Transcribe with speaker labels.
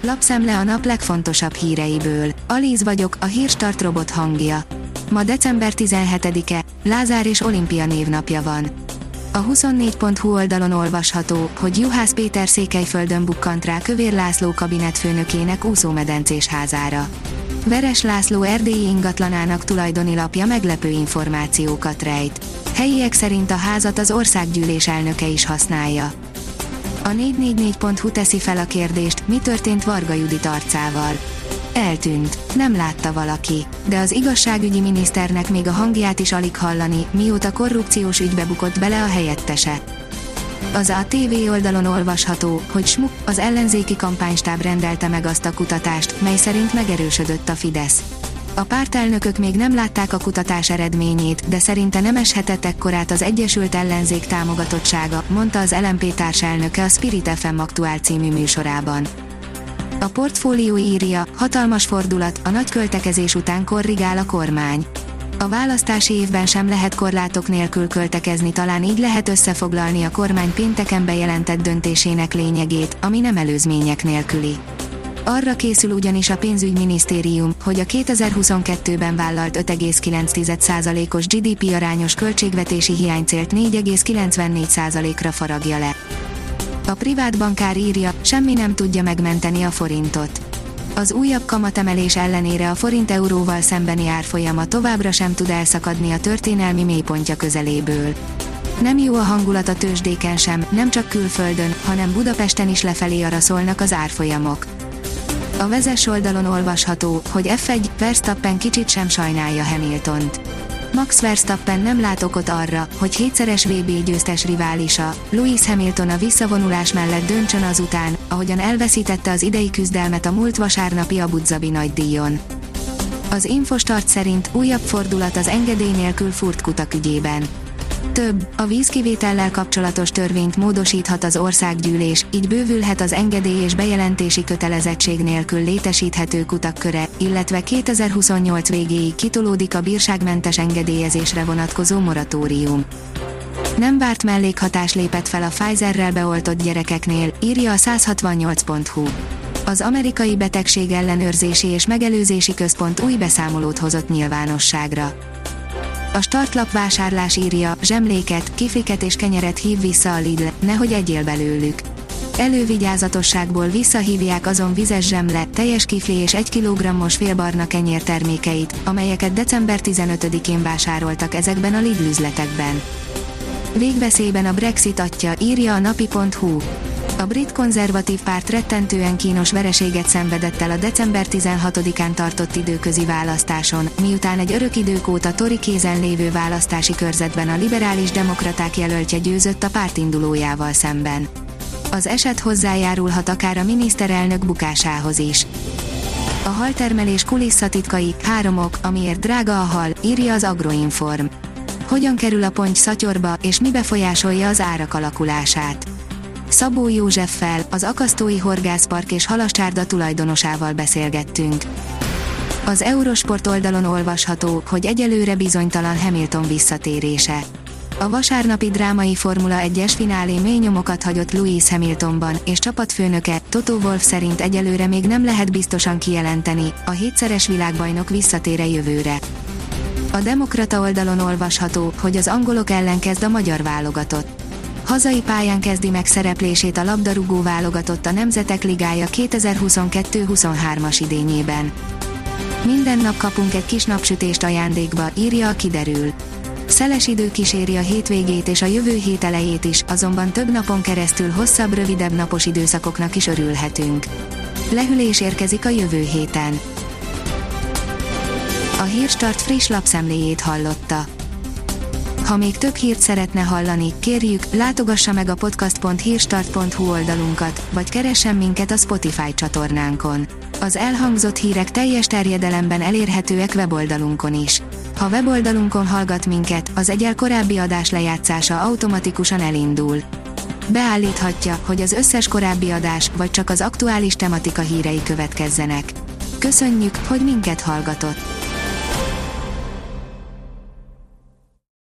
Speaker 1: Lapszemle a nap legfontosabb híreiből. Alíz vagyok, a Hírstart robot hangja. Ma december 17-e, Lázár és Olimpia névnapja van. A 24.hu oldalon olvasható, hogy Juhász Péter Székelyföldön bukkant rá Kövér László kabinetfőnökének úszómedencés házára. Veres László erdélyi ingatlanának tulajdoni lapja meglepő információkat rejt. Helyiek szerint a házat az országgyűlés elnöke is használja. A 444.hu teszi fel a kérdést, mi történt Varga Judit arcával. Eltűnt, nem látta valaki, de az igazságügyi miniszternek még a hangját is alig hallani, mióta korrupciós ügybe bukott bele a helyettese. Az ATV oldalon olvasható, hogy SMUK, az ellenzéki kampánystáb rendelte meg azt a kutatást, mely szerint megerősödött a Fidesz. A pártelnökök még nem látták a kutatás eredményét, de szerinte nem eshetett ekkorát az Egyesült Ellenzék támogatottsága, mondta az LMP társelnöke a Spirit FM Aktuál című műsorában. A Portfólió írja, hatalmas fordulat, a nagy költekezés után korrigál a kormány. A választási évben sem lehet korlátok nélkül költekezni, talán így lehet összefoglalni a kormány pénteken bejelentett döntésének lényegét, ami nem előzmények nélküli. Arra készül ugyanis a pénzügyminisztérium, hogy a 2022-ben vállalt 5,9%-os GDP arányos költségvetési hiánycélt 4,94%-ra faragja le. A privát bankár írja, semmi nem tudja megmenteni a forintot. Az újabb kamatemelés ellenére a forint euróval szembeni árfolyama továbbra sem tud elszakadni a történelmi mélypontja közeléből. Nem jó a hangulat a tőzsdéken sem, nem csak külföldön, hanem Budapesten is lefelé araszolnak az árfolyamok. A vezes oldalon olvasható, hogy F1, Verstappen kicsit sem sajnálja Hamiltont. Max Verstappen nem lát okot arra, hogy hétszeres VB győztes riválisa, Lewis Hamilton a visszavonulás mellett döntsön azután, ahogyan elveszítette az idei küzdelmet a múlt vasárnapi Abu Dhabi nagydíjon. Az Infostart szerint újabb fordulat az engedély nélkül furt kutak ügyében. Több, a vízkivétellel kapcsolatos törvényt módosíthat az országgyűlés, így bővülhet az engedély és bejelentési kötelezettség nélkül létesíthető kutak köre, illetve 2028 végéig kitolódik a bírságmentes engedélyezésre vonatkozó moratórium. Nem várt mellékhatás lépett fel a Pfizerrel beoltott gyerekeknél, írja a 168.hu. Az Amerikai Betegség Ellenőrzési és Megelőzési Központ új beszámolót hozott nyilvánosságra. A startlap vásárlás írja, zsemléket, kifliket és kenyeret hív vissza a Lidl, nehogy egyél belőlük. Elővigyázatosságból visszahívják azon vizes zsemle, teljes kifli és 1 kg-os félbarna kenyér termékeit, amelyeket december 15-én vásároltak ezekben a Lidl üzletekben. Végveszélyben a Brexit atya, írja a napi.hu. A brit konzervatív párt rettentően kínos vereséget szenvedett el a december 16-án tartott időközi választáson, miután egy örök idők óta Tory kézen lévő választási körzetben a liberális demokraták jelöltje győzött a párt indulójával szemben. Az eset hozzájárulhat akár a miniszterelnök bukásához is. A haltermelés kulisszatitkai, 3 ok, amiért drága a hal, írja az Agroinform. Hogyan kerül a ponty szatyorba, és mi befolyásolja az árak alakulását? Szabó Józseffel, az Akasztói Horgászpark és Halascsárda tulajdonosával beszélgettünk. Az Eurosport oldalon olvasható, hogy egyelőre bizonytalan Hamilton visszatérése. A vasárnapi drámai Formula 1-es finálé mély nyomokat hagyott Lewis Hamiltonban, és csapatfőnöke, Toto Wolff szerint egyelőre még nem lehet biztosan kijelenteni, a 7-szeres világbajnok visszatér-e jövőre. A Demokrata oldalon olvasható, hogy az angolok ellen kezd a magyar válogatott. Hazai pályán kezdi meg szereplését a labdarúgó válogatott a Nemzetek Ligája 2022-23-as idényében. Minden nap kapunk egy kis napsütést ajándékba, írja a Kiderül. Szeles idő kíséri a hétvégét és a jövő hét elejét is, azonban több napon keresztül hosszabb, rövidebb napos időszakoknak is örülhetünk. Lehűlés érkezik a jövő héten. A Hírstart friss lapszemléjét hallotta. Ha még több hírt szeretne hallani, kérjük, látogassa meg a podcast.hírstart.hu oldalunkat, vagy keressen minket a Spotify csatornánkon. Az elhangzott hírek teljes terjedelemben elérhetőek weboldalunkon is. Ha weboldalunkon hallgat minket, az egyel korábbi adás lejátszása automatikusan elindul. Beállíthatja, hogy az összes korábbi adás, vagy csak az aktuális tematika hírei következzenek. Köszönjük, hogy minket hallgatott!